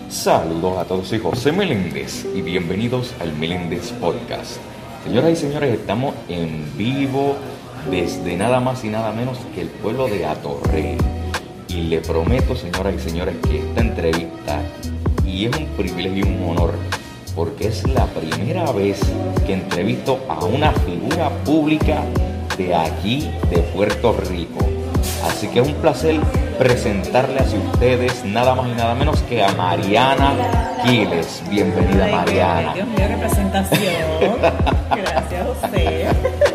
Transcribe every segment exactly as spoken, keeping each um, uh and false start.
Saludos a todos, soy José Meléndez y bienvenidos al Meléndez Podcast. Señoras y señores, estamos en vivo desde nada más y nada menos que el pueblo de Atorrey. Y le prometo, señoras y señores, que esta entrevista, y es un privilegio y un honor, porque es la primera vez que entrevisto a una figura pública de aquí, de Puerto Rico. Así que es un placer presentarle hacia ustedes nada más y nada menos que a Mariana Quiles. Bienvenida, Ay, Mariana. Dios mío, qué presentación. Gracias, José.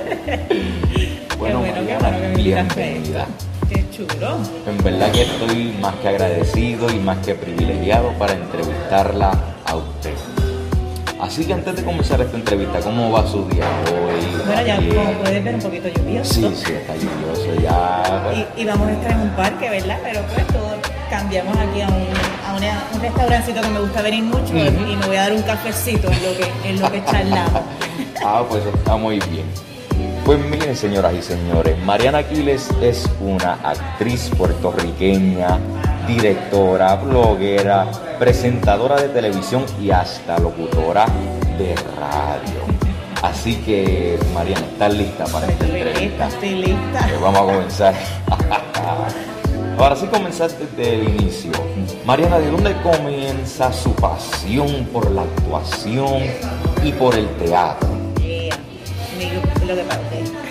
Bueno, qué bueno, Mariana, qué bueno que me invitaste. bienvenida. Qué chulo. En verdad que estoy más que agradecido y más que privilegiado para entrevistarla a usted. Así que antes de comenzar esta entrevista, ¿cómo va su día hoy? Bueno, ya Bien. como puedes ver, un poquito lluvioso. Sí, sí, está lluvioso ya. Y, y vamos a estar en un parque, ¿verdad? Pero pues todo, cambiamos aquí a un, a una- un restaurancito que me gusta venir mucho. Ujú. Y me voy a dar un cafecito en lo que, en lo que charlamos. Ah, pues está muy bien. Pues miren, señoras y señores, Mariana Quiles es una actriz puertorriqueña, directora, bloguera, presentadora de televisión y hasta locutora de radio. Así que, Mariana, ¿estás lista para esta Estoy lista, entrevista? estoy lista. Pues vamos a comenzar. Ahora sí, comenzar desde el inicio. Mariana, ¿de dónde comienza su pasión por la actuación y por el teatro? Yeah. Mi- Lo que pasa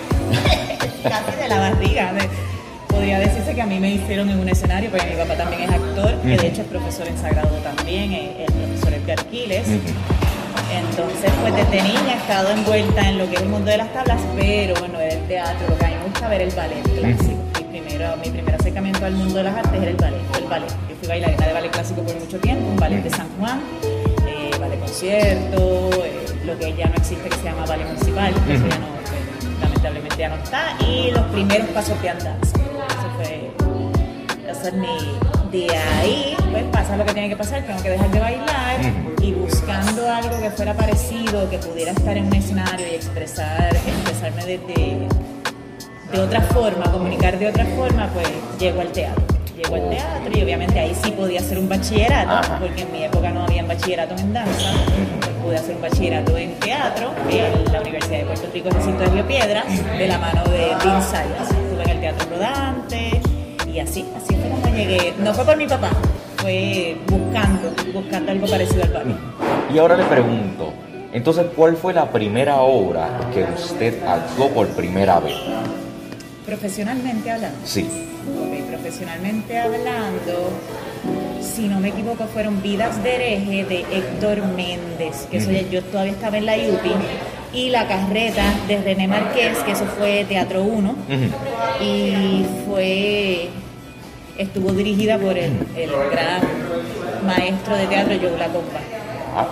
es casi de la barriga. de- podría decirse que a mí me hicieron en un escenario, porque mi papá también es actor, que Ujú. de hecho es profesor en Sagrado también, el, el profesor Edgar Quiles. Ujú. Entonces, pues desde niña he estado envuelta en lo que es el mundo de las tablas, pero bueno, del teatro, lo que a mí me gusta ver el ballet clásico. Mi, primero, mi primer acercamiento al mundo de las artes era el ballet, el ballet. Yo fui bailarina de ballet clásico por mucho tiempo, un ballet de San Juan, eh, ballet concierto, eh, lo que ya no existe que se llama ballet municipal, que eso ya no, pues, lamentablemente ya no está, y los primeros pasos de andanza. Eso fue, eso es mi... De ahí, pues pasa lo que tiene que pasar, tengo que dejar de bailar Ujú. y buscando algo que fuera parecido, que pudiera estar en un escenario y expresar, expresarme desde de otra forma, comunicar de otra forma, pues llego al teatro. Llego al teatro y obviamente ahí sí podía hacer un bachillerato, Ajá. porque en mi época no había bachillerato en danza, pues pude hacer un bachillerato en teatro en la Universidad de Puerto Rico, recinto de Río Piedras, de la mano de Dean Sayas. Estuve en el Teatro Rodante y así, así fue como llegué. No fue por mi papá, fue buscando, buscando algo parecido al ballet. Y ahora le pregunto, entonces, ¿cuál fue la primera obra que usted actuó por primera vez? Profesionalmente hablando. Sí. Ok, profesionalmente hablando, si no me equivoco, fueron Vidas de Hereje de Héctor Méndez, que eso ya- yo todavía estaba en la U P I, y La Carreta de René Márquez, que eso fue Teatro uno, Ujú. y fue, estuvo dirigida por el, el gran maestro de teatro Joe Lacomba. Ah,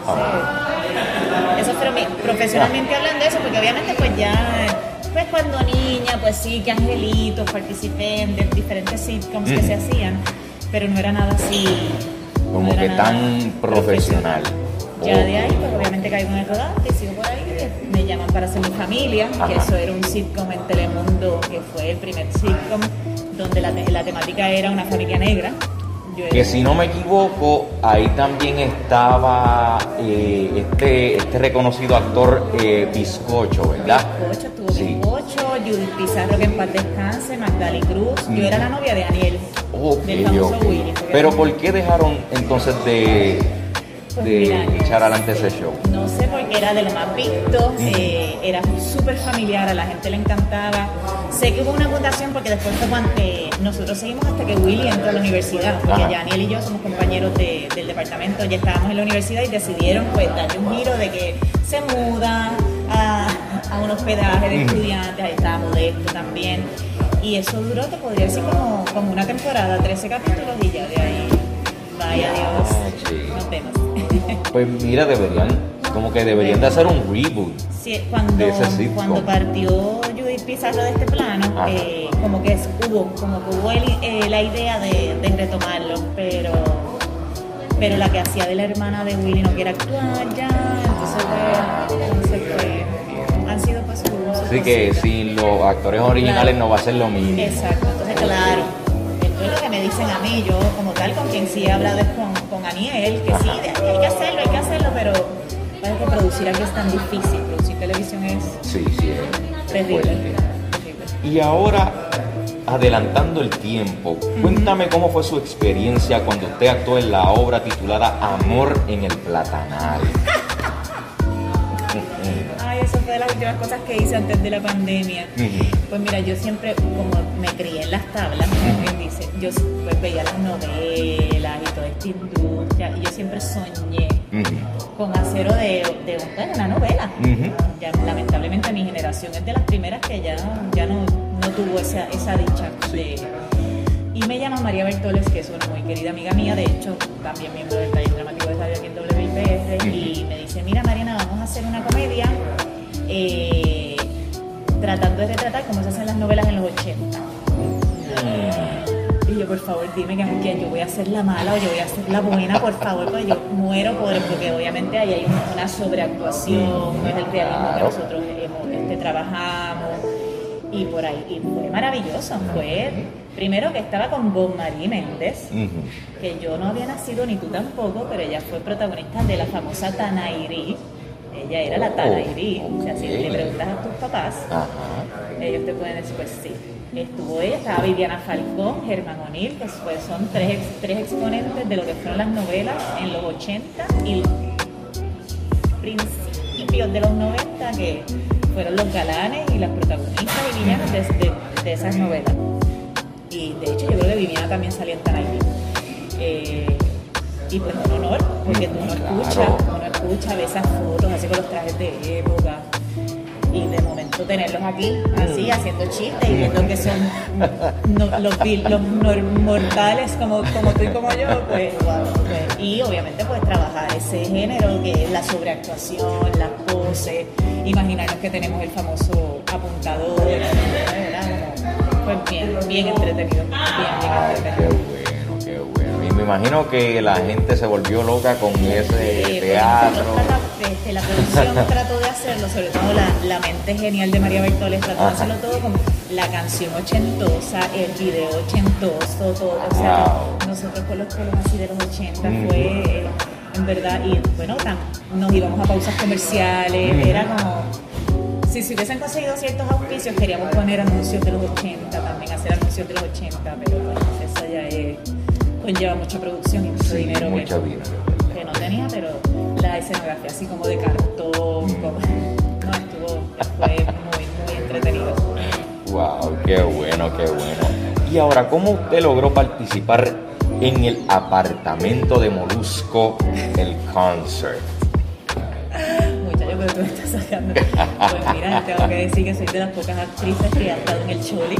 ah. Eso fue mi, profesionalmente hablando de eso, porque obviamente pues ya, pues cuando niña, pues sí, que angelitos, participé en de- diferentes sitcoms que Ujú. se hacían, pero no era nada así. Como no era que nada tan profesional. Ya de ahí, Ok. pues obviamente caigo en el rodaje, sigo por ahí, me llaman para hacer Mi Familia, que Ajá. eso era un sitcom en Telemundo, que fue el primer sitcom donde la, te- la temática era una familia negra. Yo era- Que si no me equivoco, ahí también estaba eh, este, este reconocido actor eh, Bizcocho, ¿verdad? Bizcocho, estuvo Sí. Bizcocho, Judith Pizarro, que en paz descanse, Magdalí Cruz. Yo era la novia de Daniel, Ok, del famoso ok. Willy. porque Pero era- ¿por qué dejaron entonces de, pues de mira, echar adelante ese show? No sé, porque era de lo más visto, eh, era súper familiar, a la gente le encantaba. Sé que hubo una fundación porque después fue cuando eh, nosotros seguimos hasta que Willy entró a la universidad, porque Ajá. ya Daniel y yo somos compañeros de- del departamento, ya estábamos en la universidad y decidieron pues darle un giro de que se muda a, a un hospedaje de Ujú. estudiantes, ahí estaba Modesto también. Y eso duró, te podría decir, como, como una temporada, trece capítulos y ya de ahí, vaya Dios, Ah, sí. nos vemos. Pues mira, deberían, como que deberían de hacer un reboot. Sí, cuando, De ese sitcom. cuando partió Judith Pizarro de este plano, Ajá. eh, como que es- hubo, como que hubo el- eh, la idea de, de retomarlo, pero, pero la que hacía de la hermana de Willy no quiere actuar ya, entonces, pues, entonces, pues, han sido pues sus- sus Así que cositas. sin los actores originales Claro. no va a ser lo mismo. Exacto, entonces claro, esto es lo que me dicen a mí, yo como tal con quien sí he hablado es con, con Daniel, que sí, hay que hacerlo, hay que hacerlo, pero parece que producir aquí es tan difícil, producir televisión es sí, sí, es terrible, fuerte. terrible. Y ahora, adelantando el tiempo, uh-huh. cuéntame cómo fue su experiencia cuando usted actuó en la obra titulada Amor en el Platanal. Ay, eso fue de las últimas cosas que hice antes de la pandemia. Uh-huh. Pues mira, yo siempre, como me crié en las tablas, como bien dice, yo pues veía las novelas y toda esta industria, y yo siempre soñé uh-huh. con hacer de, de, de una novela. Uh-huh. Ya, lamentablemente mi generación es de las primeras que ya, ya no, no tuvo esa, esa dicha. Sí. De, y me llama María Bertoles, que es una muy querida amiga mía, de hecho, también miembro del taller dramático de radio aquí en W I P R, uh-huh. y me dice, mira Mariana, vamos a hacer una comedia eh, tratando de retratar cómo se hacen las novelas en los ochenta. Uh-huh. Y yo, por favor, dime que, que yo voy a ser la mala o yo voy a ser la buena, por favor, porque yo muero por, porque obviamente ahí hay una sobreactuación, no es el realismo que nosotros hemos, este, trabajamos, y por ahí, y fue maravilloso, fue... Primero que estaba con Bon Marie Méndez, uh-huh. que yo no había nacido ni tú tampoco, pero ella fue protagonista de la famosa Tanairí. Ella era la Tanairí. Oh, okay. O sea, si le preguntas a tus papás, uh-huh. ellos te pueden decir, pues sí. Estuvo ella, estaba Viviana Falcón, Germán O'Neill, que fue, son tres, ex, tres exponentes de lo que fueron las novelas en los ochenta y principios de los noventa, que fueron los galanes y las protagonistas y villanas de, de, de esas novelas. Y de hecho yo creo que Viviana también salía en Tanairí. Eh, y pues un honor, porque tú no escuchas, claro. uno escucha, ves esas fotos así con los trajes de época, y de momento tenerlos aquí, así, haciendo chistes y viendo que son no, los, los mortales como, como tú y como yo, pues wow. Pues, y obviamente pues trabajar ese género que es la sobreactuación, las poses, imaginarnos que tenemos el famoso apuntador, ¿verdad? Pues bien, bien entretenido, bien, bien entretenido. Qué bueno, qué bueno. Y me imagino que la gente se volvió loca con ese sí, teatro. La, este, la producción trató de hacerlo, sobre todo la, la mente genial de María Bertoles, trató Ajá. de hacerlo todo con la canción ochentosa, el video ochentoso, todo. O sea, wow. nosotros con los pelos así de los ochenta mm. fue, eh, en verdad, y bueno, tan, nos íbamos a pausas comerciales, mm. era como... Si se hubiesen conseguido ciertos auspicios, queríamos poner anuncios de los ochenta, también hacer anuncios de los ochenta, pero bueno, eso ya es, conlleva mucha producción y mucho sí, dinero mucha que, vida. que no tenía, pero la escenografía así como de cartón, mm. como, no, estuvo, fue muy, muy entretenido. Wow, qué bueno, qué bueno. Y ahora, ¿cómo usted logró participar en el apartamento de Molusco, el concert? Pero tú me estás sacando. Pues mira, tengo que decir que soy de las pocas actrices que ha estado en el Choli,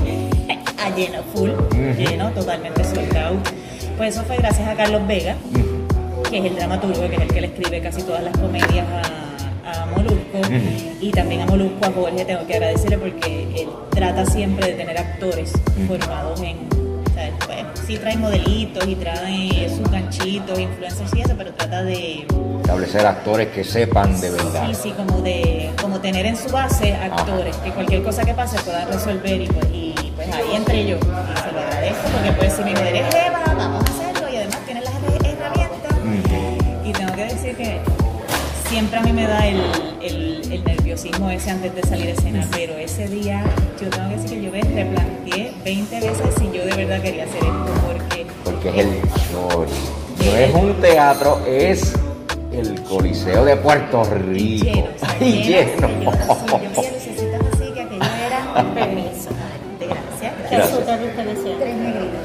a lleno, full, uh-huh. lleno, totalmente soldado. Pues eso fue gracias a Carlos Vega, uh-huh. que es el dramaturgo, que es el que le escribe casi todas las comedias a, a Molusco, uh-huh. y también a Molusco, a Jorge, tengo que agradecerle porque él trata siempre de tener actores uh-huh. formados en... Pues, sí trae modelitos y trae sus ganchitos, influencers y eso, pero trata de... establecer actores que sepan de verdad. Sí, sí, como de como tener en su base actores, Ajá. que cualquier cosa que pase puedan resolver, y pues, y pues ahí entré yo. Y se lo agradezco porque pues si mi mujer es Eva, vamos a hacerlo, y además tiene las herramientas. Mm. Y tengo que decir que siempre a mí me da el, el, el nerviosismo ese antes de salir a escena, pero ese día yo tengo que decir que yo me replanteé veinte veces si yo de verdad quería hacer esto, porque... Porque es el Choli. No es un teatro, es el Coliseo de Puerto Rico. Lleno, o sea, Ay, lleno. lleno. Sí, yo veía lucecitas así que aquello era un permiso. De gracias. ¿Qué azúcar usted decía? Tres negritas.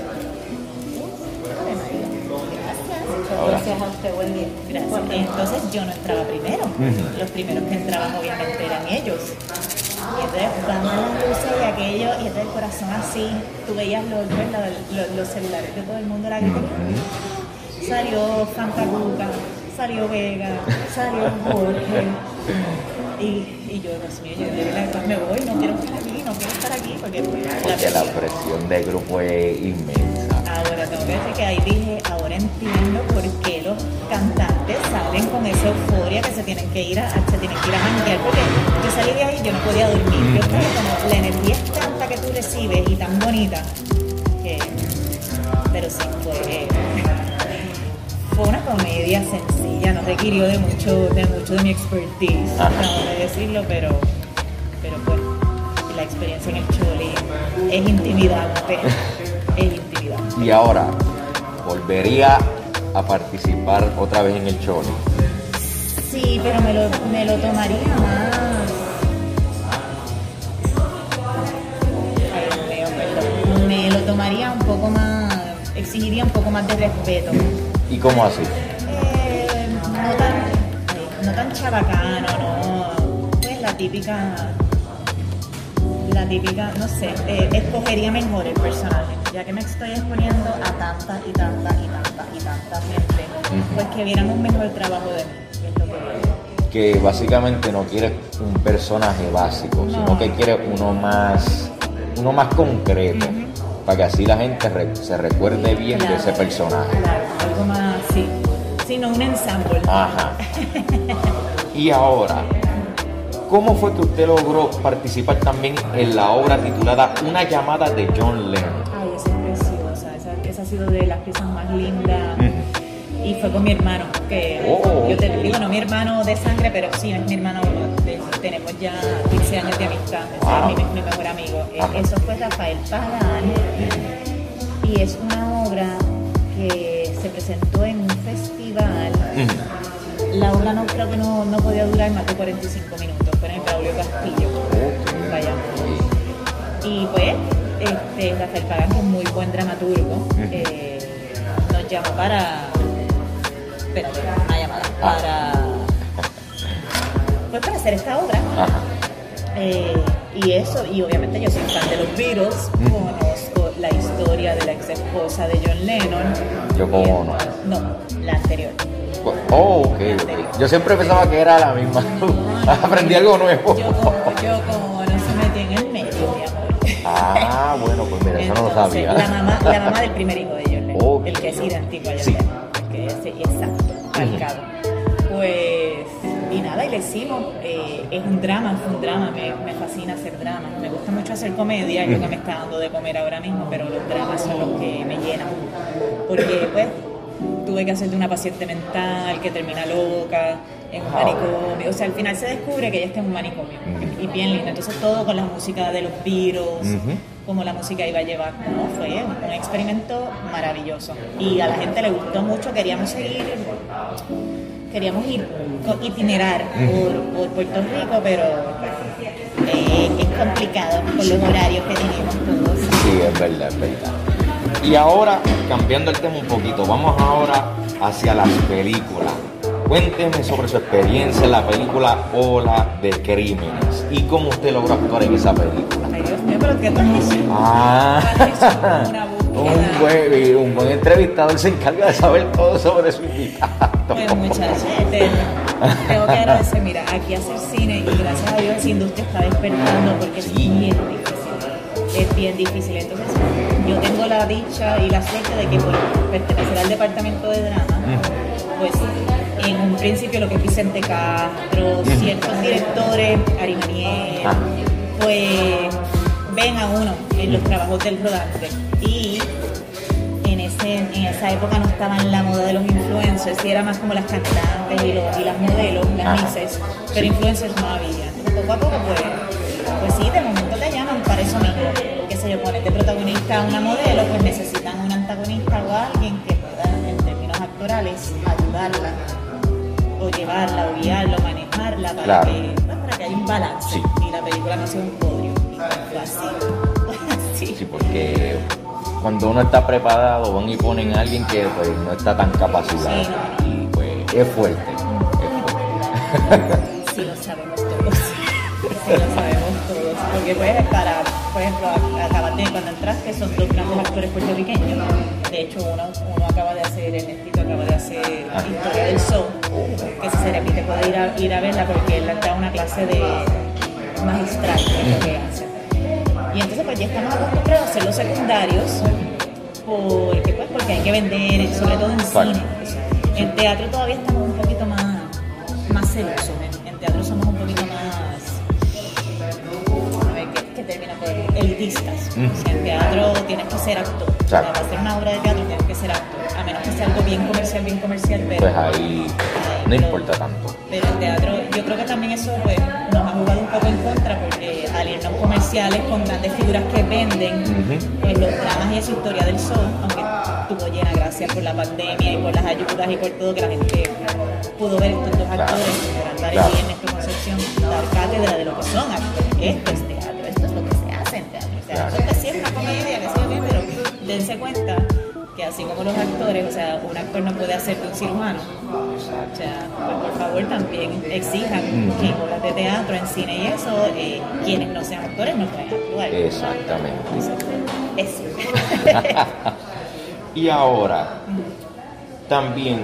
Gracias a usted, buen día. Gracias. Entonces yo no entraba primero. Uh-huh. Los primeros que entraban obviamente eran ellos. Y entonces van a las luces y aquello, y entonces el corazón así, tú veías los, los, los celulares de todo el mundo, la que uh-huh. salió Fantacuca, salió Vega, salió Jorge. Y, y yo, Dios mío, yo de verdad me voy, no quiero estar aquí, no quiero estar aquí, porque, porque la, presión. la presión del grupo es inmensa. Ahora tengo que decir que ahí dije, ahora entiendo por qué los cantantes salen con esa euforia que se tienen que ir a, se tienen que ir a janguear, porque yo salí de ahí y yo no podía dormir. Mm-hmm. Yo estaba como, la energía es tanta que tú recibes y tan bonita, que, pero sí, fue, fue una cosa comedia sencilla, no requirió de mucho de mucho de mi expertise, Ajá. no de decirlo, pero, pero pues la experiencia en el Choli es intimidante, es intimidante. Y ahora, ¿volvería a participar otra vez en el Choli? Sí, pero me lo, me lo tomaría más. Ay, Dios mío, perdón. Me lo tomaría un poco más, exigiría un poco más de respeto. ¿Y cómo así? Eh, no tan, no tan chabacano, no. Pues la típica, la típica, no sé, eh, escogería mejor el personaje, ya que me estoy exponiendo a tanta y tanta y tanta y tanta gente, Ujú. pues que vieran un mejor trabajo de mí. Que es lo que digo. Que básicamente no quieres un personaje básico, No. sino que quieres uno más, uno más concreto, Ujú. para que así la gente re- se recuerde bien de ese Claro, personaje. Claro, algo más, sí. Sí, no un ensamble. Ajá. Y ahora, ¿cómo fue que usted logró participar también en la obra titulada Una llamada de John Lennon? Ay, esa es preciosa. Esa, esa ha sido de las piezas más lindas. Ujú. Y fue con mi hermano, que Oh, yo te ok. digo, no mi hermano de sangre, pero sí, es mi hermano. De, tenemos ya quince años de amistad. Ese Wow. es mi, mi mejor amigo. Eh, Ajá. Eso fue Rafael Pagán. Y es una obra que se presentó en un festival. Ujú. La obra no creo que no, no podía durar más de cuarenta y cinco minutos, fue en el Braulio Castillo, Ok. vaya. Y pues, este, Rafael Pagán, que es muy buen dramaturgo, eh, nos llamó para, espérate, una llamada, Ah. para, pues para hacer esta obra. Ajá. Eh, y eso, y obviamente yo soy fan de los Beatles, Ujú. conozco la historia de la ex esposa de John Lennon. Yo como no. No, la anterior. Oh, ok, ok. Yo siempre pensaba que era la misma. Aprendí algo nuevo. Yo como, yo como no se metí en el medio, mi amor. Ah, bueno, pues mira, eso no lo Entonces, sabía. La mamá, la mamá del primer hijo de John Lennon, Ok, el que es idéntico a John sí. Lennon, que es exacto, calcado. Pues, y nada, y le hicimos. Eh, es un drama, fue un drama, me, me fascina hacer drama. Me gusta mucho hacer comedia, es lo que me está dando de comer ahora mismo, pero los dramas son los que me llenan. Porque, pues, tuve que hacer de una paciente mental que termina loca en un Wow. manicomio. O sea, al final se descubre que ella está en un manicomio. Ujú. Y bien lindo. Entonces todo con la música de los Beatles, Ujú. como la música iba a llevar. No, fue un, un experimento maravilloso. Y a la gente le gustó mucho. Queríamos seguir, queríamos ir, co- itinerar por, por Puerto Rico, pero eh, es complicado con los horarios que tenemos todos. Sí, es verdad, es verdad. Y ahora, cambiando el tema un poquito, vamos ahora hacia las películas. Cuénteme sobre su experiencia en la película Ola de Crímenes y cómo usted logró actuar en esa película. Ay, Dios mío, pero ¿qué tal eso? Ah, Una búsqueda. un buen, un buen entrevistador se encarga de saber todo sobre su invitado. Pues muchachos, te- tengo que agradecer, mira, aquí hacer cine y gracias a Dios esa industria está despertando porque es Sí. bien difícil, es bien difícil. Entonces yo tengo la dicha y la suerte de que por pertenecer al departamento de drama, pues en un principio lo que es Vicente Castro, ciertos directores, Ari Manier, Ah. pues ven a uno en los trabajos del rodante y en, ese, en esa época no estaba en la moda de los influencers y era más como las cantantes y, los, y las modelos, las Ajá. misses, pero Sí. influencers no había. Entonces poco a poco pues, pues sí, de momento te llaman para eso mismo, que se yo pones de protagonista a una modelo, pues necesitan un antagonista o alguien que pueda en términos actorales ayudarla o llevarla o guiarla o manejarla para, Claro. que, pues, para que haya un balance Sí. y la película no sea un podio. Y pues fue así, así. Sí, porque cuando uno está preparado van y ponen a alguien que pues, no está tan capacitado. Sí, no, no. Y pues es fuerte, es fuerte. Sí lo sabemos todos, sí lo sabemos todos, porque pues para, por ejemplo, acabas de, cuando entraste son dos grandes actores puertorriqueños, de hecho uno, uno acaba de hacer, Ernestito acaba de hacer Ah. Historia del Show, que si se repite puede ir a, ir a verla porque él da una clase de magistral, que es lo que hace. Y entonces pues ya estamos acostumbrados a hacer los secundarios, porque, pues, porque hay que vender, sobre todo en Claro. cine. En teatro todavía estamos un poquito más, más celosos, en, en teatro somos un poquito más, a ver, ¿qué, qué término puedo decir? Elitistas. Ujú. O sea, en teatro tienes que ser actor. O sea, Claro. para hacer una obra de teatro tienes que que ser actor, a menos que sea algo bien comercial, bien comercial, pero... Pues ahí no pero, importa tanto. Pero el teatro, yo creo que también eso pues, nos ha jugado un poco en contra, porque al irnos comerciales con grandes figuras que venden, uh-huh. pues los dramas y esa historia del show, aunque tuvo llena gracias por la pandemia y por las ayudas y por todo, que la gente pudo ver estos dos actores, claro. Andar claro. y Ernesto Concepción, dar cátedra de lo que son actores. Esto es teatro, esto es lo que se hace en teatro. O sea, claro. esto sí es una comedia, que sé yo qué, pero dense cuenta que así como los actores, o sea, un actor no puede hacer de un cirujano. O sea, pues por favor también exijan mm. que en obras de teatro, en cine y eso, eh, quienes no sean actores no pueden actuar. Exactamente. Eso. Y ahora, también,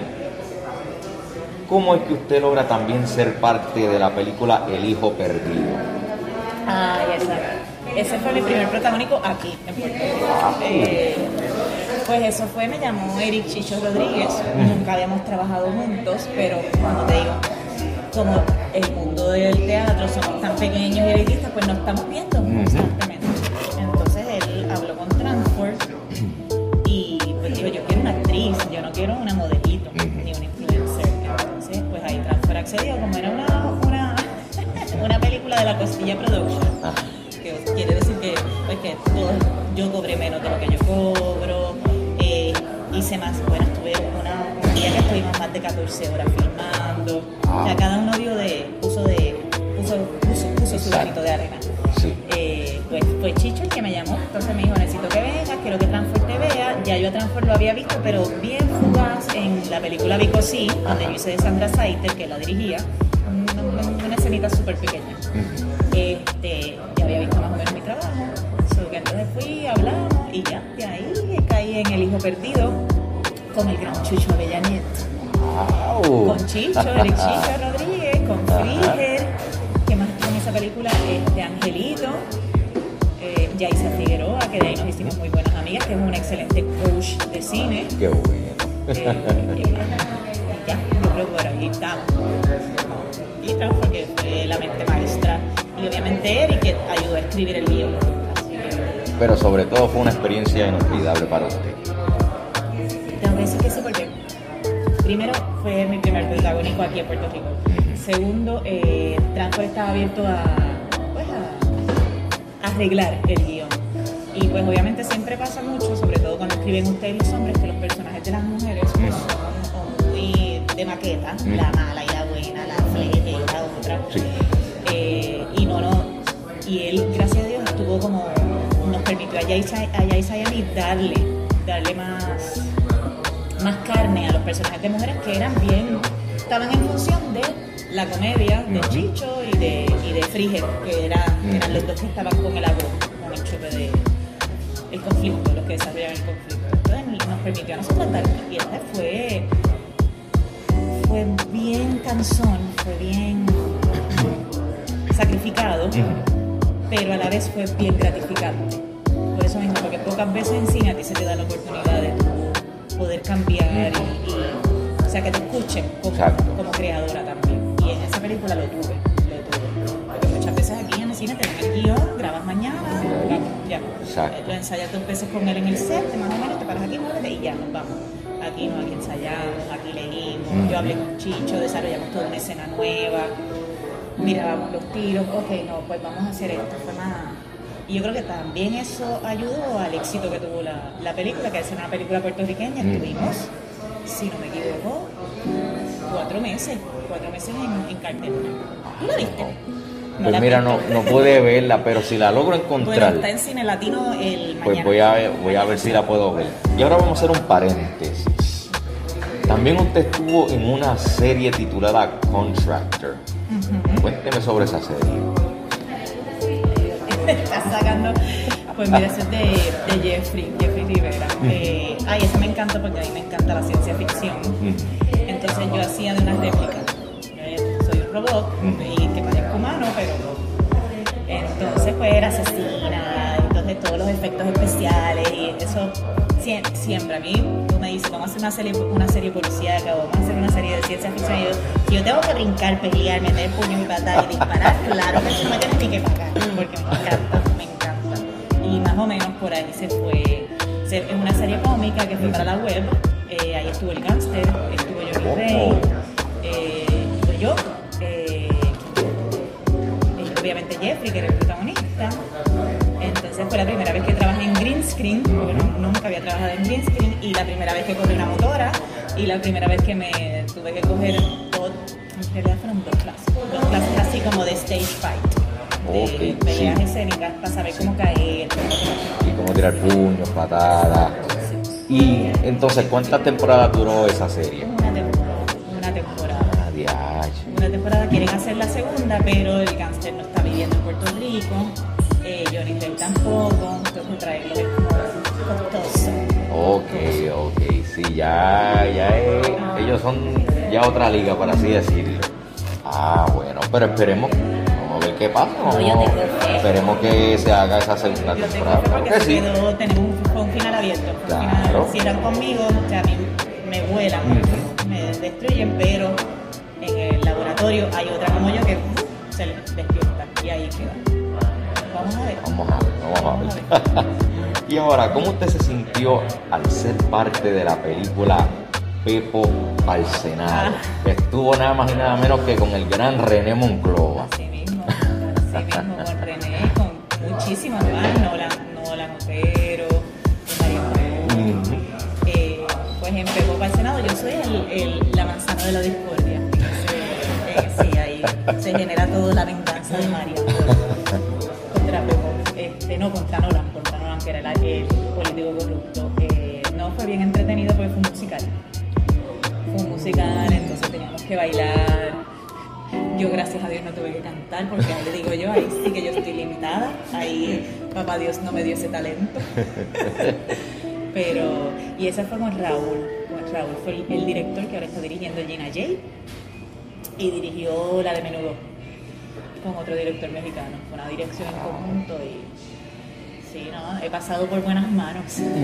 ¿cómo es que usted logra también ser parte de la película El Hijo Perdido? Ah, esa. Ese fue mi primer protagónico aquí, en Puerto Rico. Eh, pues eso fue, me llamó Eric Chicho Rodríguez, nunca habíamos trabajado juntos, pero como te digo, como el mundo del teatro somos tan pequeños y elitistas, pues nos estamos viendo constantemente. Entonces él habló con Transform y pues dijo, yo quiero una actriz, yo no quiero una modelito, ni una influencer. Entonces pues ahí Transform accedió, como era una, una, una película de la Costilla Production. Que quiere decir que, pues, que todo, yo cobré menos de lo que yo cobro, eh, hice más, bueno, estuve una, un día que estuvimos más de catorce horas filmando, ah. o sea, cada uno dio de, puso de, puso, puso, puso su granito de arena. Sí. Eh, pues fue Chicho el que me llamó, entonces me dijo, necesito que vengas, quiero que Transform te vea, ya yo a Transform lo había visto, pero bien fugaz en la película Vico Sí, donde yo hice de Sandra Saiter, que la dirigía, una, una escenita súper pequeña. Uh-huh. Este, ya había visto más o menos mi trabajo, so que entonces fui, hablamos y ya, de ahí caí en El Hijo Perdido con el gran Chucho Avellanet, wow. con Chicho, Eric Chicho Rodríguez, con Friger, que más con esa película, este Angelito, eh, Yaisa Figueroa, que de ahí nos hicimos muy buenas amigas, que es una excelente coach de cine. Qué bueno. Eh, eh, ya, yo creo que por ahí estamos. Y estamos porque fue la mente maestra. Y obviamente Eric que ayudó a escribir el guión. Pero sobre todo fue una experiencia inolvidable para usted. Tengo que decir que sí, porque primero fue mi primer protagónico aquí en Puerto Rico. Segundo, eh, Transform estaba abierto a, pues, a, a arreglar el guión. Y pues obviamente siempre pasa mucho, sobre todo cuando escriben ustedes los hombres, que los personajes de las mujeres pues, son muy de maqueta, mm. la mala y la buena, la flete y la otra. Sí. Eh, y no, no, y él, gracias a Dios, estuvo como, nos permitió a Yaisa, a Yaisa y a mí darle, darle más, más carne a los personajes de mujeres que eran bien, estaban en función de la comedia de Chicho y de, y de Friger, que era, eran los dos que estaban con el agro, con el chope de, el conflicto, los que desarrollaban el conflicto. Entonces nos permitió a nosotros dar, y esta fue, fue bien cansón, fue bien sacrificado, uh-huh. pero a la vez fue bien gratificante. Por eso mismo, porque pocas veces en cine a ti se te da la oportunidad de poder cambiar y, y o sea, que te escuchen como, como creadora también. Y en esa película lo tuve, lo tuve. Porque muchas veces aquí en el cine te dan el guión, grabas mañana, vamos, ya. Exacto. Lo ensayas dos veces con él en el set, más o menos, te paras aquí, muévete y ya, nos vamos. Aquí no, aquí ensayamos, aquí leímos, uh-huh. yo hablé con Chicho, desarrollamos toda una escena nueva. Mirábamos los tiros, ok, no, pues vamos a hacer esto, fue más... Y yo creo que también eso ayudó al éxito que tuvo la, la película, que es una película puertorriqueña. Mm. Estuvimos, si no me equivoco, cuatro meses, cuatro meses en, en cartelera. ¿Tú la viste? No pues la mira, no, no pude verla, pero si la logro encontrar... Bueno, está en Cine Latino el mañana. Pues voy a, voy a ver si la puedo ver. Y ahora vamos a hacer un paréntesis. También usted estuvo en una serie titulada Contractor. Uh-huh. Cuénteme sobre esa serie. Estás sacando, pues mira, eso es de, de Jeffrey, Jeffrey Rivera. Uh-huh. Eh, ay, eso me encanta porque a mí me encanta la ciencia ficción. Uh-huh. Entonces yo hacía de una réplica. Yo soy un robot uh-huh. y que parezco humano, pero entonces pues era asesina, entonces todos los efectos especiales y eso siempre, siempre a mí tú me dices vamos a hacer una serie, una serie policíaca o vamos a hacer una serie de ciencia ficción y yo, si yo tengo que brincar, pelear, meter puño y patada y disparar, claro que no me tienes ni que pagar porque me encanta, me encanta y más o menos por ahí se fue se- es una serie cómica que fue para la web. Eh, ahí estuvo el gángster, estuvo Johnny Oh. Ray, eh, estuve yo, eh, eh, obviamente Jeffrey, que era el protagonista. Entonces fue la primera vez que trabajé en green screen, porque no- nunca había trabajado en green screen, y la primera vez que corrí una motora, y la primera vez que me tuve que coger dos, en realidad fueron dos clases, dos clases así como de stage fight, de Ok, peleas sí. escénicas para saber cómo caer. Y cómo tirar puños, patadas. Y entonces, ¿cuántas temporadas duró esa serie? Una temporada, una temporada. Ah, diache. Una temporada quieren hacer la segunda, pero el gángster no está viviendo en Puerto Rico, eh, Johnny Depp tampoco, entonces traerlo es como costoso. Ok, ok, sí, ya, ya es, ellos son ya otra liga, por así decirlo. Ah, bueno, pero esperemos, vamos a ver qué pasa, No, yo vamos- tengo fe. esperemos que se haga esa segunda Yo tengo temporada, fe claro porque que se sí. quedó, tenemos un, fue un final abierto. fue un Claro. final- si eran conmigo, o sea, a mí me vuelan, Ujú. me destruyen, pero en el laboratorio hay otra como yo que uf, se les despierta y ahí queda. Vamos a ver. Vamos a ver, vamos a ver. Y ahora, ¿cómo usted se sintió al ser parte de la película Pepo Barcenaro? Ah. Que estuvo nada más y nada menos que con el gran René Monclova. Así mismo, así mismo, con René, con muchísimas más, Nolan, Nolan Otero, María Manuel. Ujú. Eh, pues en Pepo para el Senado yo soy el, el- la manzana de la discordia. Ese- eh, sí, ahí se genera toda la venganza de María contra Pepo. Este, no, contra Nolan, contra Nolan, que era la- el político corrupto. Eh, no fue bien entretenido porque fue un musical. Fue un musical, entonces teníamos que bailar. Yo, gracias a Dios, no tuve que cantar porque ahí le digo yo, ahí sí que yo estoy limitada. Ahí papá Dios no me dio ese talento. Pero, y esa fue con Raúl. Con Raúl fue el, el director que ahora está dirigiendo Gina J. Y dirigió la de Menudo con otro director mexicano. Fue una dirección en conjunto y sí, ¿no? He pasado por buenas manos.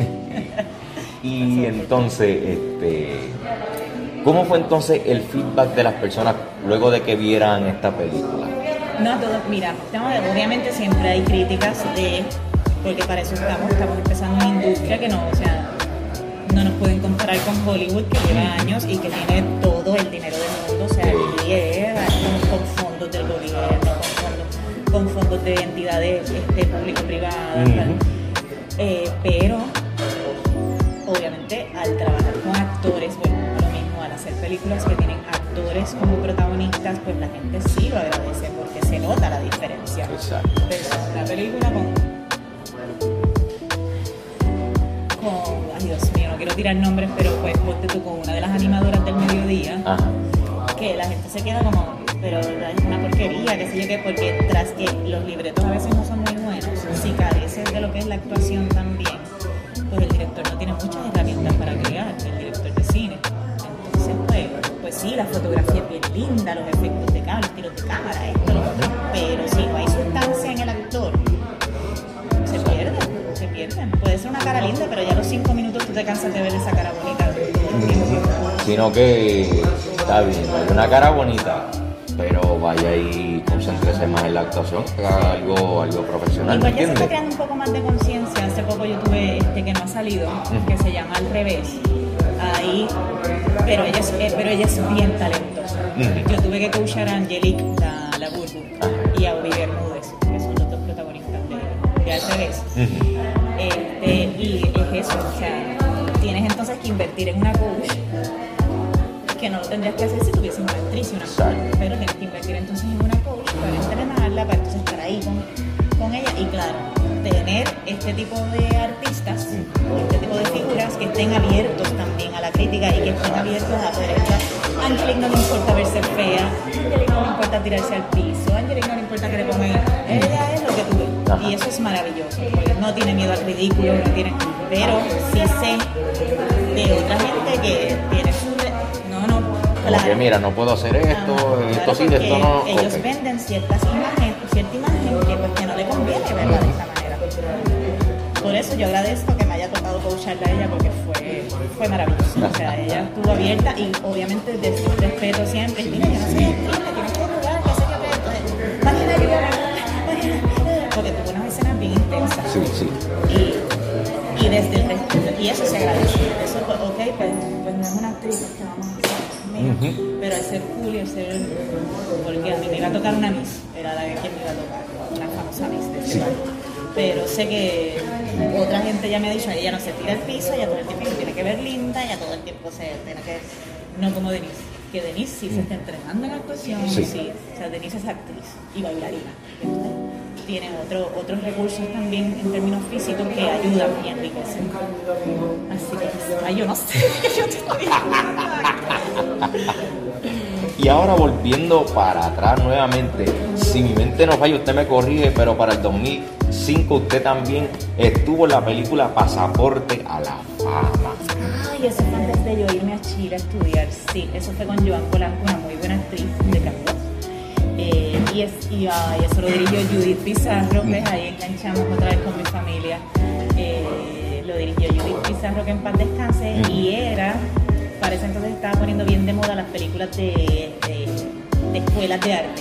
Y entonces, este, ¿cómo fue entonces el feedback de las personas luego de que vieran esta película? No a todos, mira, no, obviamente siempre hay críticas de, porque para eso estamos, estamos empezando una industria que no, o sea, no nos pueden comparar con Hollywood que lleva años y que tiene todo el dinero del mundo, o sea, aquí es con, con fondos del gobierno, con fondos, con fondos de entidades este, público-privadas, Ujú. tal. Eh, pero obviamente al trabajar con actores, bueno, lo mismo, al hacer películas que tienen actores como protagonistas, pues la gente sí lo agradece porque se nota la diferencia. Exacto. Pero una película con, con, ay Dios mío, no quiero tirar nombres, pero pues ponte tú con una de las animadoras del mediodía, Ajá. que la gente se queda como, pero es una porquería, qué sé yo qué, porque tras que los libretos a veces no son muy buenos, si careces de lo que es la actuación también, pues el director no tiene muchas herramientas para crear, el director de cine. Entonces, pues, pues sí, la fotografía es bien linda, los efectos de cámara, los tiros de cámara, esto, lo otro, pero si no hay sustancia en el actor, se pierden, se pierden. Puede ser una cara linda, pero ya a los cinco minutos tú te cansas de ver esa cara bonita. Sino que está bien, hay una cara bonita, pero vaya y concéntrese más en la actuación, que haga algo, algo profesional, ¿me Igual ya se está entiendes? creando un poco más de conciencia. Hace poco yo tuve este que no ha salido, que se llama Al Revés. Ahí, pero ella es, eh, pero ella es bien talentosa. Ujú. Yo tuve que coachar a Angelique, la, la Burbu, Ajá. y a Uri Bermúdez, que son los dos protagonistas de, de Al Revés. Ujú. Este, y es eso, o sea, tienes entonces que invertir en una coach que no lo tendrías que hacer si tuviese una actriz y una Exacto. coach, pero tienes que invertir entonces en una coach para entrenarla, para entonces estar ahí con, con ella y claro, tener este tipo de artistas, este tipo de figuras que estén abiertos también a la crítica y que estén abiertos a poder estar. A Angelique no le importa verse fea, a Angelique no le importa tirarse al piso, a Angelique no le importa que le pongan, ella es lo que tú ves. Ajá. Y eso es maravilloso, porque no tiene miedo al ridículo, no tiene, pero sí sé de otra gente que tiene su... No, no, Como que mira, no puedo hacer esto, Ah, esto claro, sí, de esto porque no. ellos Ok. venden ciertas imágenes, cierta imagen que, pues, que no le conviene verla de esta manera. Por eso yo agradezco que me haya tocado coacharla a ella porque fue, fue maravilloso. O sea, ella estuvo abierta y obviamente desde el respeto siempre. Y mira, yo no soy actriz, me tienes que ayudar, qué sé yo qué. Mañana ayúdame, mañana. Porque tuvo unas escenas bien intensas. Sí, sí. Y, y desde el respeto, y eso se agradece. Eso, pues, ok, pues, pues no es una actriz, pues, que vamos a hacer, mira, uh-huh. Pero al ser cool y al ser, porque a mí me iba a tocar una Miss, era la que me iba a tocar, una famosa Miss de este barrio. Pero sé que otra gente ya me ha dicho, ella no se tira al piso, ella todo el tiempo se tiene que ver linda, ella todo el tiempo se tiene que, no como Denise, que Denise sí se está entrenando en actuación, sí, sí, o sea, Denise es actriz y bailarina, entonces tiene otro, otros recursos también en términos físicos que ayudan y enriquecen. Así que, ay, yo no sé, yo te estoy Y ahora volviendo para atrás nuevamente, si mi mente no falla, usted me corrige, pero para el dos mil cinco usted también estuvo en la película Pasaporte a la Fama. Ay, eso fue antes de yo irme a Chile a estudiar, sí, eso fue con Joan Polanco, una muy buena actriz de Campos. Eh, y, es, y ay, eso lo dirigió Judith Pizarro, pues ahí enganchamos otra vez con mi familia. Eh, lo dirigió Judith Pizarro, que en paz descanse, y era, para ese entonces estaba poniendo bien de moda las películas de, de, de escuelas de arte.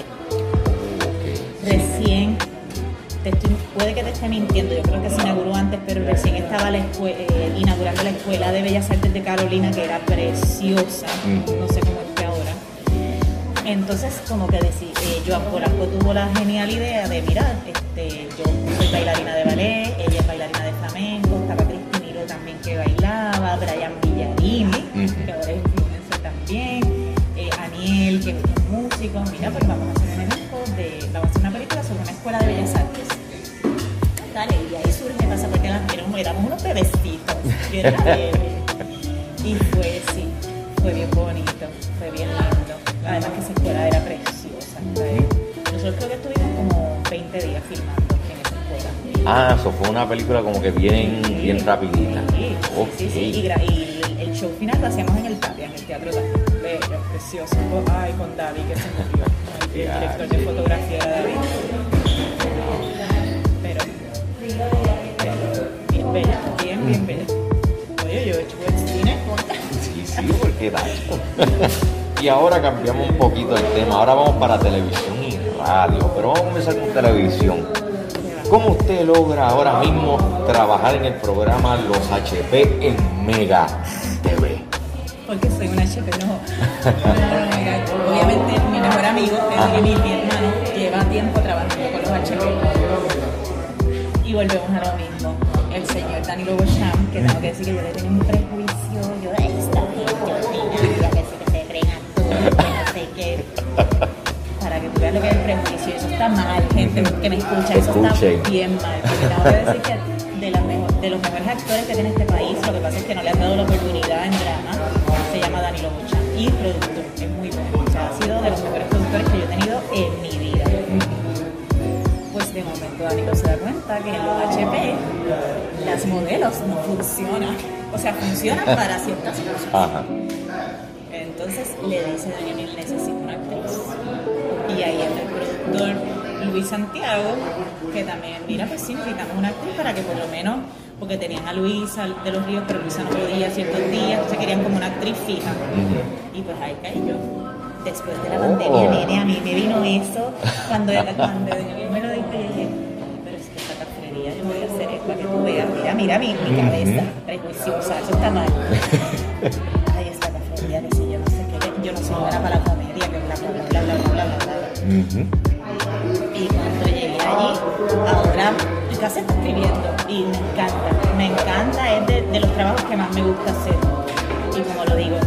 Recién, te estoy, puede que te esté mintiendo, yo creo que se inauguró antes, pero recién estaba la escue- eh, inaugurando la Escuela de Bellas Artes de Carolina, que era preciosa, no sé cómo esté ahora. Entonces, como que decí, eh, Joan Polanco tuvo la genial idea de, mira, este, yo soy bailarina de ballet, ella es bailarina de flamenco, estaba Cristina Hilo también que bailaba, Brian Villarini, uh-huh. que ahora es influencer también, eh, Aniel, que es un músico, mira, pues vamos a hacer un evento, de, vamos a hacer una película sobre una escuela de bellas artes. Dale, y ahí surge Pasaporte a la Fama, éramos unos bebecitos, que era bebé. Y fue, sí, fue bien bonito, fue bien lindo. Además que esa escuela era preciosa. ¿Sabes? Nosotros creo que estuvimos como veinte días filmando en esa escuela. Ah, eso fue una película como que bien, sí, bien rapidita. Sí, okay. sí, sí. Y, gra- y el, el show final lo hacíamos en el Tapia, en el Teatro Tapia. Bello, precioso. Ay, con David, que se murió. Ay, el director de fotografía era David. Pero, pero bien bella, bien, bien bella. Oye, yo he hecho buen cine. Sí, sí, porque da. Y ahora cambiamos un poquito el tema, ahora vamos para televisión y radio, pero vamos a comenzar con televisión. ¿Cómo usted logra ahora mismo trabajar en el programa Los H P en Mega T V? Porque soy una H P, no. no, no, no obviamente mi mejor amigo, es mi, mi hermano, lleva tiempo trabajando con los H P. Y volvemos a lo mismo. El señor Danilo Beauchamp, que tengo que decir que yo le tenía un prejuicio, yo de esta gente ordinaria, que se, que se creen actores, que no sé qué. Para que tú veas lo que es el prejuicio, eso está mal, gente que me escucha, eso está bien mal. Porque tengo que decir que de, la mejor, de los mejores actores que tiene este país, lo que pasa es que no le han dado la oportunidad en drama, se llama Danilo Beauchamp. Y productor, es muy bueno. O sea, ha sido de los mejores productores que yo he tenido en mi vida. Pues de momento Danilo se da cuenta que en los H P las modelos no funcionan, o sea, funcionan para ciertas cosas. Ajá. Entonces le dice Daniel, necesito una actriz. Y ahí está el productor Luis Santiago, que también, mira, pues sí, necesitamos una actriz para que por lo menos, porque tenían a Luisa de los Ríos, pero Luisa no podía ciertos días, entonces querían como una actriz fija. Uh-huh. Y pues ahí caí yo. Después de la pandemia, oh. nene, a mí me vino eso, cuando, cuando Daniel me lo dijo, yo dije, pero es que esta cafetería, yo voy a hacer esto para que tú veas, mira, mira mi, mi cabeza prejuiciosa, eso está mal. Ay, esta cafetería, dice, yo no sé qué, yo no soy buena para la comedia, que bla, bla, bla, bla, bla, bla, bla, bla. Uh-huh. Y cuando llegué allí, ahora casi está escribiendo, y me encanta, me encanta, es de, de los trabajos que más me gusta hacer, y como lo digo,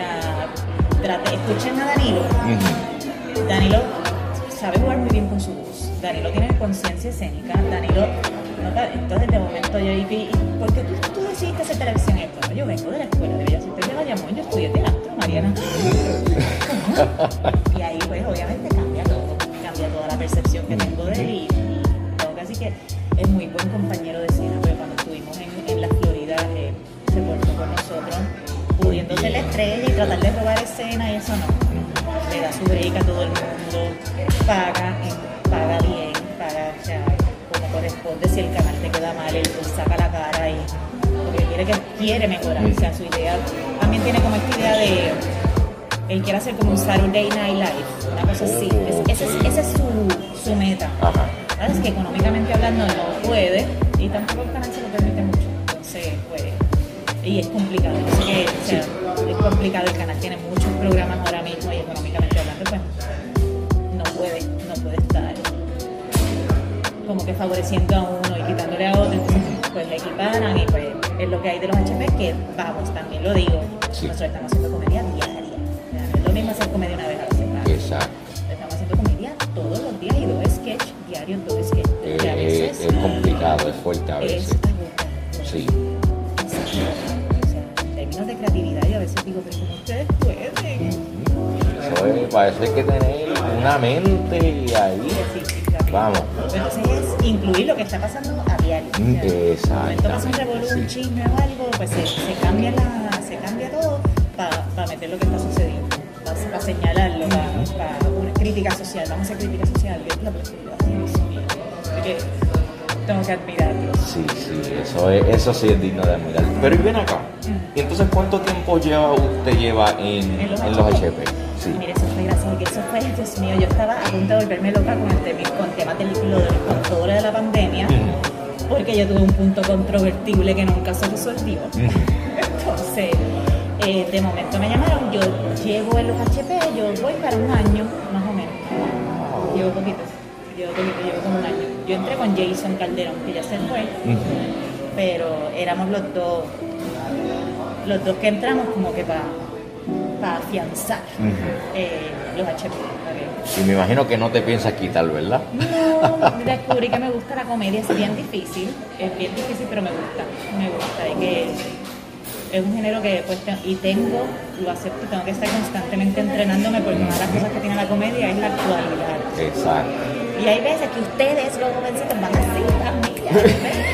Trate, escuchen a Danilo. Uh-huh. Danilo sabe jugar muy bien con su voz. Danilo tiene conciencia escénica. Danilo, no, entonces de momento yo dije, ¿por qué tú, tú decidiste hacer televisión? Y bueno, yo vengo de la escuela de Bellas Artes de Bayamón, yo estudié teatro, Mariana. Y ahí pues obviamente cambia todo, cambia toda la percepción que tengo de él y, y tengo que decir que es muy buen compañero de escena, porque cuando estuvimos en, en la Florida eh, se portó con nosotros, pudiendo ser la estrella y tratar de robar escena y eso no. Le da su break a todo el mundo, paga, paga bien, paga, o sea, como corresponde. Si el canal te queda mal, él pues saca la cara y porque quiere, que, quiere mejorar, o sea, su idea también tiene como esta idea de, él quiere hacer como un Saturday Night Live, una cosa así, es, esa es, ese es su, su meta. ¿Sabes? Que económicamente hablando no puede y tampoco el canal se lo permite mucho. entonces, pues, y es complicado. Yo sé que, o sea, sí. es complicado, el canal tiene muchos programas ahora mismo y económicamente hablando, pues, no puede, no puede estar como que favoreciendo a uno y quitándole a otro, entonces pues equiparan y pues es lo que hay de los H P, que vamos, también lo digo, sí. nosotros estamos haciendo comedia diaria, o sea, no es lo mismo hacer comedia una vez a la semana. Exacto. Estamos haciendo comedia todos los días y dos sketch diarios, dos sketch. Eh, a veces, es complicado, es fuerte a veces. Es agotador. Sí. O sea, en términos de creatividad yo a veces digo, pero ¿cómo ustedes pueden? Eso es, parece que tener una mente ahí. Sí, sí, sí, vamos. Entonces es incluir lo que está pasando a diario. Exacto. Entonces un revolú, un chisme o algo, pues se, se, cambia, la, se cambia todo para pa meter lo que está sucediendo, para pa señalarlo, para pa una crítica social. Vamos a hacer crítica social, que es la posibilidad. Porque tengo que admirarlo. Sí, sí, eso, es, eso sí es digno de admirar. Pero y ven acá, ¿y entonces cuánto tiempo lleva usted lleva en, en los, en los H P? Sí. Mire, eso fue gracioso, que eso fue, Dios mío, yo estaba a punto de volverme loca con, el tema, con temas del lo de con todo lo de la pandemia, mm. porque yo tuve un punto controvertible que nunca se resolvió. Mm. Entonces, eh, de momento me llamaron, yo llevo en los H P, yo voy para un año, más o menos. Wow. Llevo poquito, llevo poquito, llevo como un año. Yo entré con Jason Calderón, que ya se fue, mm. pero éramos los dos, los dos que entramos como que para... para afianzar uh-huh. eh, los H P. Okay. Y me imagino que no te piensas quitar, ¿verdad? No, descubrí que me gusta la comedia, es bien difícil, es bien difícil, pero me gusta, me gusta, y que es un género que pues, y tengo, lo acepto, tengo que estar constantemente entrenándome porque una de las cosas que tiene la comedia es la actualidad. Exacto. Y hay veces que ustedes, los jovencitos, van así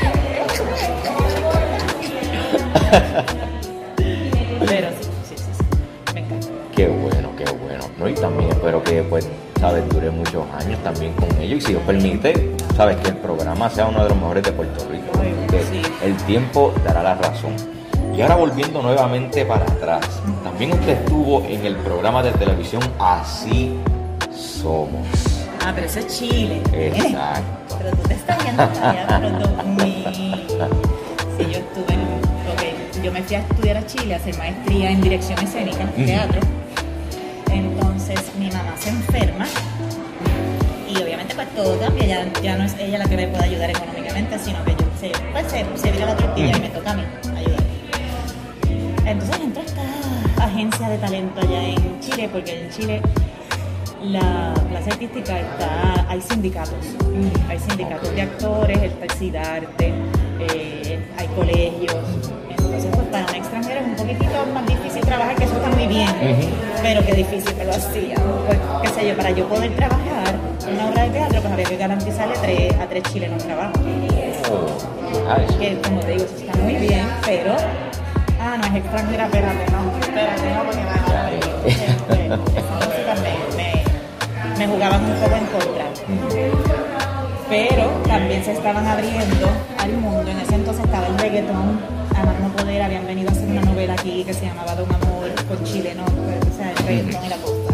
también. Pero sí. Qué bueno, qué bueno, ¿no? Y también espero que, pues, sabes, dure muchos años también con ellos y si Dios permite, sabes, que el programa sea uno de los mejores de Puerto Rico. Que sí. El tiempo dará la razón. Y ahora volviendo nuevamente para atrás, también usted estuvo en el programa de televisión Así Somos. Ah, pero eso es Chile. Exacto. Pero tú te estás yendo allá, pero dos mil. Sí, yo estuve en... Ok, yo me fui a estudiar a Chile, a hacer maestría en dirección escénica, uh-huh. teatro. Entonces mi mamá se enferma y obviamente pues todo cambia, ya, ya no es ella la que me puede ayudar económicamente, sino que yo se, pues, se, se vira la tortilla y me toca a mí ayudar. Entonces entró esta agencia de talento allá en Chile, porque en Chile la clase artística está, hay sindicatos, hay sindicatos de actores, está el CIDARTE, eh, hay colegios. Entonces, pues para un extranjero es un poquitito más difícil trabajar, que eso está muy bien, uh-huh. pero qué difícil que lo hacía. Pues, qué sé yo, para yo poder trabajar en una obra de teatro, pues había que garantizarle tres, a tres chilenos trabajo. Oh. Que, como te digo, eso está muy bien, pero... Ah, no es extranjera, espérate, no, espérate, no, porque me van a morir. Esas músicas me, me, me jugaban un poco en contra. Uh-huh. Pero también se estaban abriendo al mundo. En ese entonces estaba el reggaetón, a más no poder, habían venido a hacer una novela aquí que se llamaba Don Amor, con chileno, pues, o sea, el reggaetón y la costa.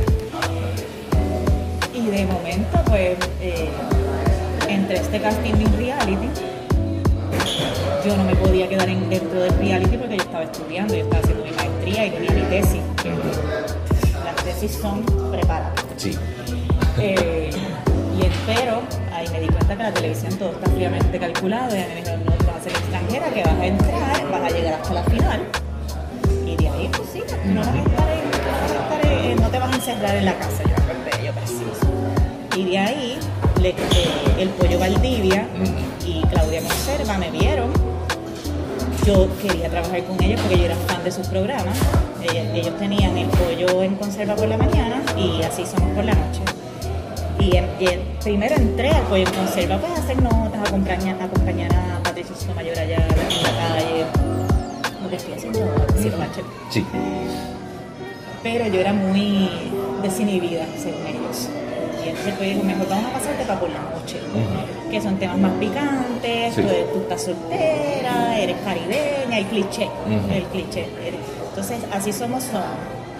Y de momento, pues, eh, entre este casting de un reality, yo no me podía quedar en, dentro del reality porque yo estaba estudiando, yo estaba haciendo mi maestría y tenía mi tesis. Las tesis son preparadas. Sí. Eh, y espero, ahí me di cuenta que la televisión todo está fríamente calculado y a mí me dijeron, no, tú vas a ser extranjera, que vas a entrar, vas a llegar hasta la final y de ahí, pues sí, no, vas a estar en, no, vas a estar en, no te vas a encerrar en la casa, yo acordé, yo preciso. Y de ahí, le, eh, el Pollo Valdivia y Claudia Conserva me vieron. Yo quería trabajar con ellos porque yo era fan de sus programas. Ellos, ellos tenían el Pollo en Conserva por la mañana y Así Somos por la noche. Y, en, y en, primero entré al Pollo en Conserva para hacer notas, acompañar, acompañar a Patricio Sotomayor allá en la calle. Lo que estoy haciendo ahora, sí, sí. Pero yo era muy desinhibida, según ellos. Y entonces pues dijo, mejor vamos a pasarte para por la noche, uh-huh. que son temas más picantes, sí. tú, tú estás soltera, eres caribeña, el cliché, uh-huh. el cliché. Entonces, Así Somos son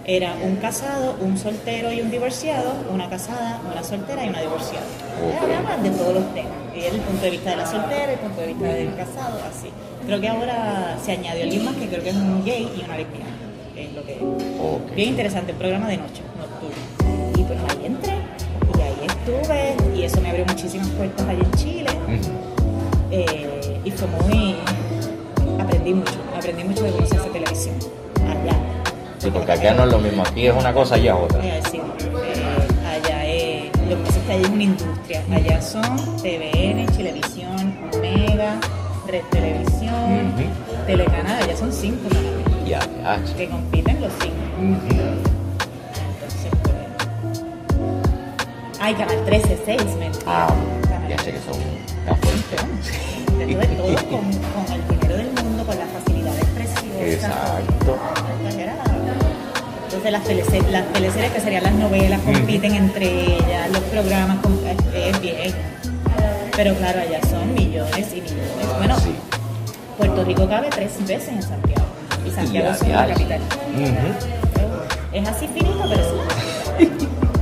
era un casado, un soltero y un divorciado, una casada, una soltera y una divorciada. Okay. Hablaban de todos los temas. Y el punto de vista de la soltera, el punto de vista del casado, así. Creo que ahora se añadió alguien más que creo que es un gay y una lesbiana. Que es lo que Okay. Bien interesante, el programa de noche, nocturno. Y pues ahí entré, y ahí estuve, y eso me abrió muchísimas puertas allá en Chile. Uh-huh. Eh, y fue muy... Aprendí mucho, aprendí mucho de cómo se hace televisión allá. Sí, porque acá no es lo mismo, aquí es una cosa y es otra. Es decir, eh, allá es, lo que pasa es que allá es una industria, allá son T V N, Chilevisión, Omega, Red Televisión, Uh-huh. Telecanal, allá son cinco canales Ya, ya, che. que compiten los cinco. Ujú. Entonces, pues... Ay, Canal trece, seis, mentira. Ah, Canal ya sé que trece. son cafés. De todo, de todo con, con el dinero del mundo, con las facilidades preciosas. Exacto. Entonces las, telese- las teleseries que serían las novelas compiten entre ellas, los programas com- es, es bien. Pero claro, allá son millones y millones. Bueno, Sí. Puerto Rico cabe tres veces en Santiago. Y Santiago Ya, es la ya. capital. Ujú. Es así finito, pero sí.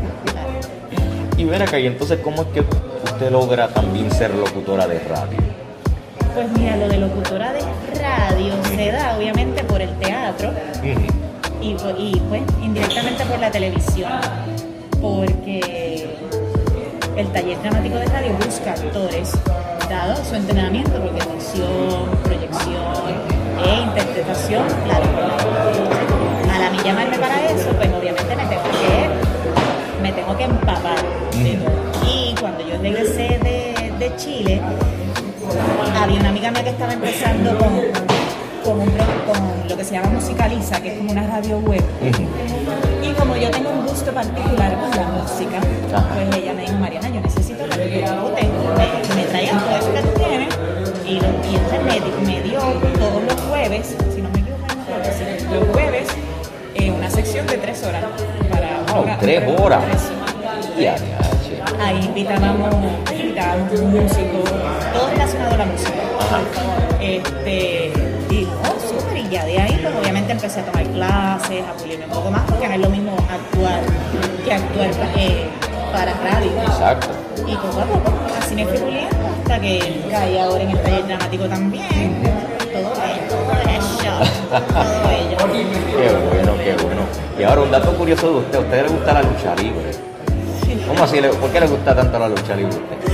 Y ver acá, y entonces, ¿cómo es que usted logra también ser locutora de radio? Pues mira, lo de locutora de radio se da obviamente por el teatro. Ujú. Y, pu- y pues indirectamente por la televisión, porque el taller dramático de radio busca actores, dado su entrenamiento, porque edición, proyección e interpretación, claro, a la mí llamarme para eso, pues obviamente me tengo que, me tengo que empapar de todo. Y cuando yo regresé de, de Chile, había una amiga mía que estaba empezando con Con, un pro- con lo que se llama Musicaliza, que es como una radio web. Y como yo tengo un gusto particular con la música, Ajá. pues ella me dijo, Mariana, yo necesito que tú me, me traigas todo eso que tú tienes. Y, lo, y entonces me, me dio todos los jueves, si no me equivoco, no me acuerdo, sí, los jueves, eh, una sección de tres horas. Para Wow, una- tres una- horas. tres- Ya, ya, che. Ahí invitábamos, invitábamos músicos, todo relacionado a la música. Ajá. Este, y no, súper, y ya de ahí pues obviamente empecé a tomar clases, a pulirme un poco más, porque no es lo mismo actuar que actuar eh, para radio. Exacto. Y poco a poco, así me fui puliendo hasta que caí ahora en el taller dramático también. Todo ello, todo ello, todo ello. Qué bueno, qué bueno. Y ahora un dato curioso de usted, ¿a usted le gusta la lucha libre? ¿Cómo así? le- ¿Por qué le gusta tanto la lucha libre a usted?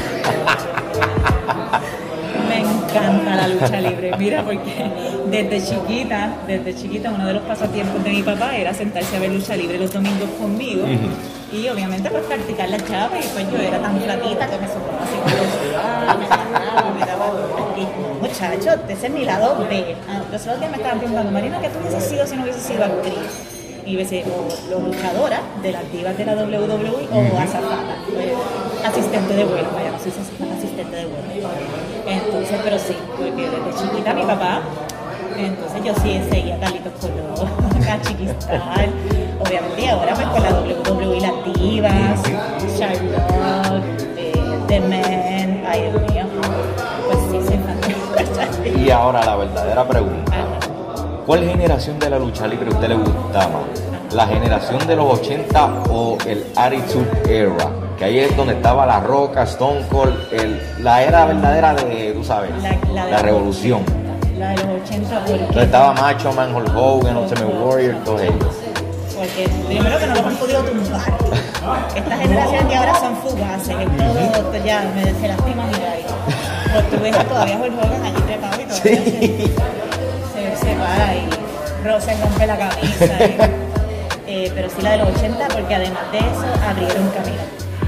Me encanta la lucha libre, mira, porque desde chiquita, desde chiquita uno de los pasatiempos de mi papá era sentarse a ver lucha libre los domingos conmigo. Ujú. Y obviamente pues practicar la chapa, y pues yo era tan flaquita que me sobraba así con los sudaba, me daba, me daba. Y muchacho, ese es mi lado B. Ah, los otros días me estaban preguntando, Marina, ¿qué tú hubieses sido si no hubieses sido actriz? Y hubiese o, o luchadora de las divas de la doble u doble u E o azafata, pues, asistente de vuelo, vaya, no soy asistente de vuelo. Entonces, pero sí, porque desde chiquita mi papá, entonces yo sí seguía a Carlitos Colón, a Chiquistar, obviamente, y ahora pues con la doble u doble u E y las divas, Charlotte, eh, The Man, ay Dios mío, pues sí, soy fan de Y ahora la verdadera pregunta. Ajá. ¿Cuál generación de la lucha libre a usted le gusta más? ¿La generación de los ochenta o el Attitude Era? Que ahí es donde estaba La Roca, Stone Cold, el, la era verdadera de, tú sabes, La, la, la de los revolución. ochenta, la de los ochenta, Donde porque, estaba Macho Man, Hulk Hogan, Ultimate Warrior, todos ellos. porque primero que no los han podido tumbar. Esta generación que ahora son fugaces, es todo, todo ya me se lastima mi ahí. Pues tú ves a todavía Hulk Hogan allí trepado y todavía Sí. se, se para y Rosa rompe la camisa. y- eh, pero sí la de los ochenta, porque además de eso abrieron camino.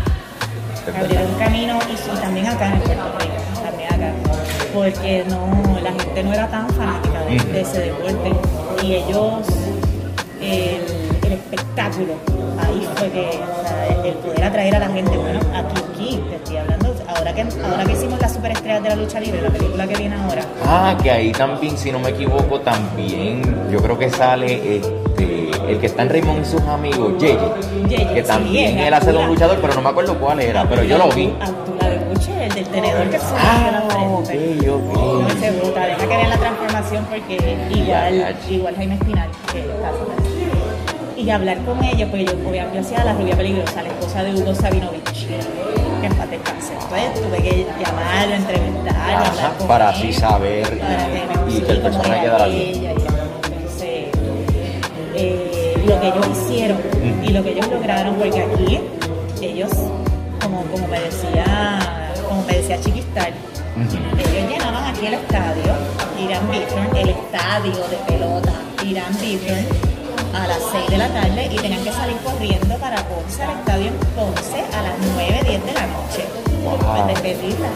Abrieron camino y, y también acá en Puerto Rico, también acá, porque no, la gente no era tan fanática de, de ese deporte y ellos, el, el espectáculo, ahí fue que, o sea, el, el poder atraer a la gente, bueno, aquí, aquí, te estoy hablando, ahora que, ahora que hicimos las superestrellas de la lucha libre, la película que viene ahora, Ah, que ahí también, si no me equivoco, también, yo creo que sale este, el que está en Raymond y sus amigos, Yeye, Yeye, que sí, también es él hace de un Abdullah. luchador, pero no me acuerdo cuál era, pero yo lo vi. Abdullah de Buche, el del tenedor que se Ah, la frente. ok, ok. No se gusta, deja que vean la transformación porque igual, Ya, ya. igual Jaime Espinal que está y hablar con ellos, porque yo, obviamente, yo hacía La Rubia Peligrosa, la esposa de Hugo Sabinovich, que en paz descanse. Entonces tuve que llamarlo, entrevistarlo, Ajá, hablar con para él, así saber para tener, y sí, que el cómo personaje era quedara ella, bien. y entonces, eh, lo que ellos hicieron y lo que ellos lograron, porque aquí ellos, como, como me decía, como me decía Chiquistar, ellos llenaban aquí el estadio, Irán Bithorn, el estadio de pelota, Irán Bithorn, a las seis de la tarde y tenían que salir corriendo para Ponce, al estadio en Ponce, a las nueve, diez de la noche. Wow. Para repetirla.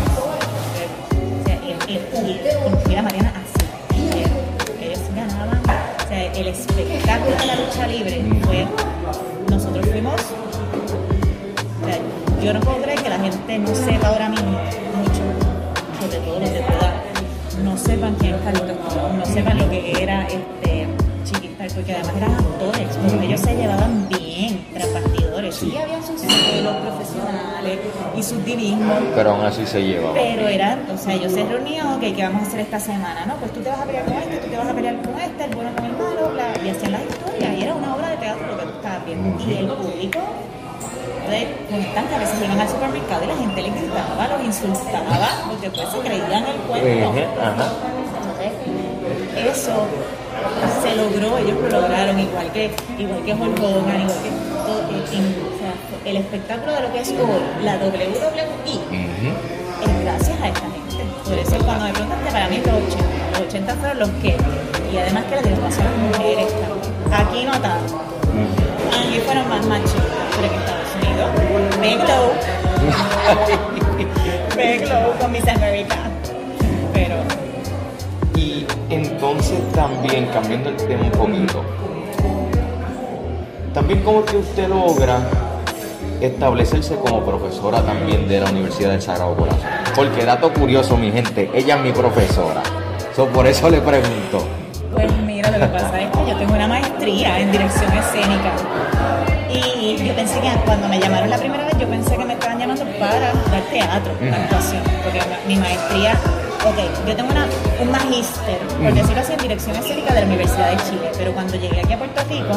O sea, y, y, y, mira, Mariana, así, y ellos ganaban. O sea, el espectáculo de la lucha libre fue, nosotros fuimos, o sea, yo no puedo creer que la gente no sepa ahora mismo mucho, sobre todo los de tu edad, no sepan quién es Carlitos Colón, no sepan lo que era este Chiquistar, porque además eran actores, pero ellos se llevaban bien tras bastidores, sí, habían sus celos profesionales y sus divismos, Pero aún así se llevaba. pero eran, o sea, ellos se reunían, ok, ¿qué vamos a hacer esta semana? No, pues tú te vas a pelear con este, tú te vas a pelear con este, el bueno con el malo, bla, y hacían las historias, y era una obra de teatro lo que tú estabas viendo, y el público, entonces, constante, a veces iban al supermercado y la gente les gritaba, los insultaba, porque pues se creían el cuento. Ajá. Entonces, eso se logró, ellos lo lograron, igual que igual que Hulk Hogan, igual que todo, y, y, o sea, el espectáculo de lo que es hoy, la doble u doble u E, Ujú. es gracias a esta gente. Por eso cuando me preguntaste, para mí los ochenta, los ochenta fueron los que, y además que la dieron paso a las mujeres también. Aquí no tanto, aquí fueron más machistas, pero en Estados Unidos, Big Low, Big Low con Miss America, pero... Y entonces también, cambiando el tema un poquito, también cómo que usted logra establecerse como profesora también de la Universidad del Sagrado Corazón. Porque dato curioso, mi gente, ella es mi profesora. So, por eso le pregunto. Pues mira, lo que pasa es que yo tengo una maestría en dirección escénica. Y yo pensé que cuando me llamaron la primera vez, yo pensé que me estaban llamando para dar teatro, para actuación. Porque mi maestría, ok, yo tengo una, un magíster, por decirlo así, en dirección escénica de la Universidad de Chile. Pero cuando llegué aquí a Puerto Rico,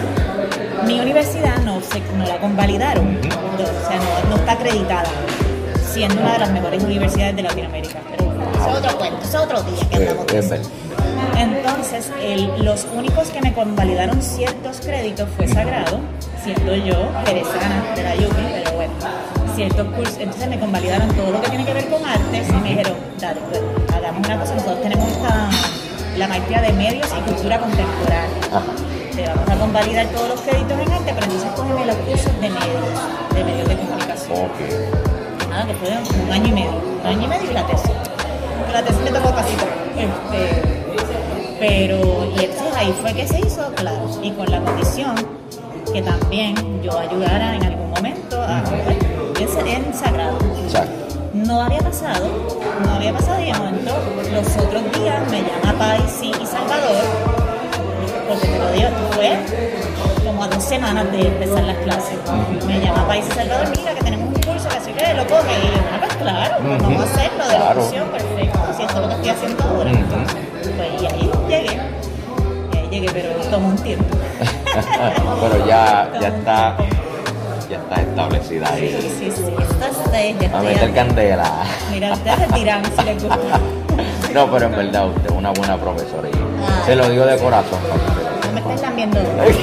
mi universidad no, se, no la convalidaron. O sea, no, no está acreditada, siendo una de las mejores universidades de Latinoamérica. Pero eso es otro cuento, eso es otro día que hablamos de eso. Entonces, el, los únicos que me convalidaron ciertos créditos fue Sagrado, siendo yo jerezana de la Yupi, pero bueno, ciertos cursos. Entonces me convalidaron todo lo que tiene que ver con artes y me dijeron, dale, pues, hagamos una cosa, nosotros tenemos esta, la maestría de medios y cultura contemporánea. Te vamos a convalidar todos los créditos en arte, pero entonces cógeme los cursos de medios, de medios de comunicación. Ok. Nada, que fue un año y medio, un año y medio y la tesis. La tesis me tocó casi todo. Este, pero, y entonces ahí fue que se hizo, claro, y con la condición que también yo ayudara en algún momento a pues, en, en Sagrado. Exacto. No había pasado, no había pasado, y de momento los otros días me llama Paisi y Salvador, porque te lo digo, fue como a dos semanas de empezar las clases. Me llama Paisi y Salvador, mira que tenemos un curso que así que lo coge, y yo, bueno, pues claro, pues vamos a hacerlo de Claro. locución, perfecto, si esto es lo que estoy haciendo ahora. Pues y ahí llegué, y ahí llegué, pero tomó un tiempo. Pero ya, Tomó ya un está, tiempo. ya está establecida Sí, ahí. sí, sí, esto es ya A estoy meter aquí. candela. Mira, ustedes dirán si les gusta. No, pero en verdad usted es una buena profesora y Ay. se lo digo de corazón. No me estén lambiendo.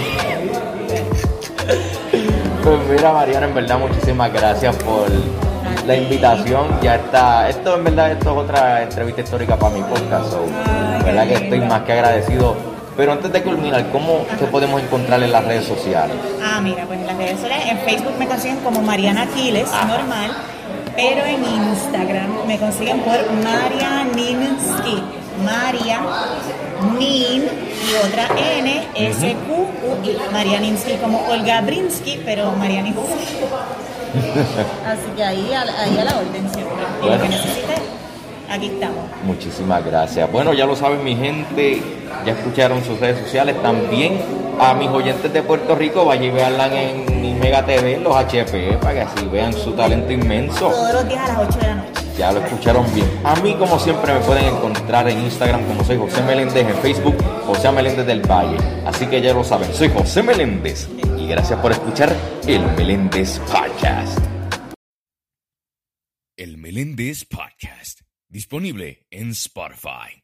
Pues mira, Mariana, en verdad muchísimas gracias por la invitación. Ya está, esto en verdad esto es otra entrevista histórica para mi podcast, so, Ay, verdad qué que estoy lindo. más que agradecido. Pero antes de culminar, ¿cómo te podemos encontrar en las redes sociales? Ah, mira, pues en las redes sociales, en Facebook me consiguen como Mariana Aquiles, normal, pero en Instagram me consiguen por Maria Ninsky. Maria Nin y otra N S Q U I. Maria Ninsky, como Olga Brinsky, pero Maria Ninsky. Así que ahí a, ahí a la orden siempre. Y Bueno. lo que necesite, aquí estamos. Muchísimas gracias. Bueno, ya lo saben mi gente, ya escucharon sus redes sociales. También a mis oyentes de Puerto Rico, vayan y veanla en mi Mega T V, los H P, para que así vean su talento inmenso. Todos los días a las ocho de la noche. Ya lo escucharon bien. A mí, como siempre, me pueden encontrar en Instagram como soy José Meléndez, en Facebook José Meléndez del Valle. Así que ya lo saben, soy José Meléndez y gracias por escuchar el Meléndez Podcast. El Meléndez Podcast, disponible en Spotify.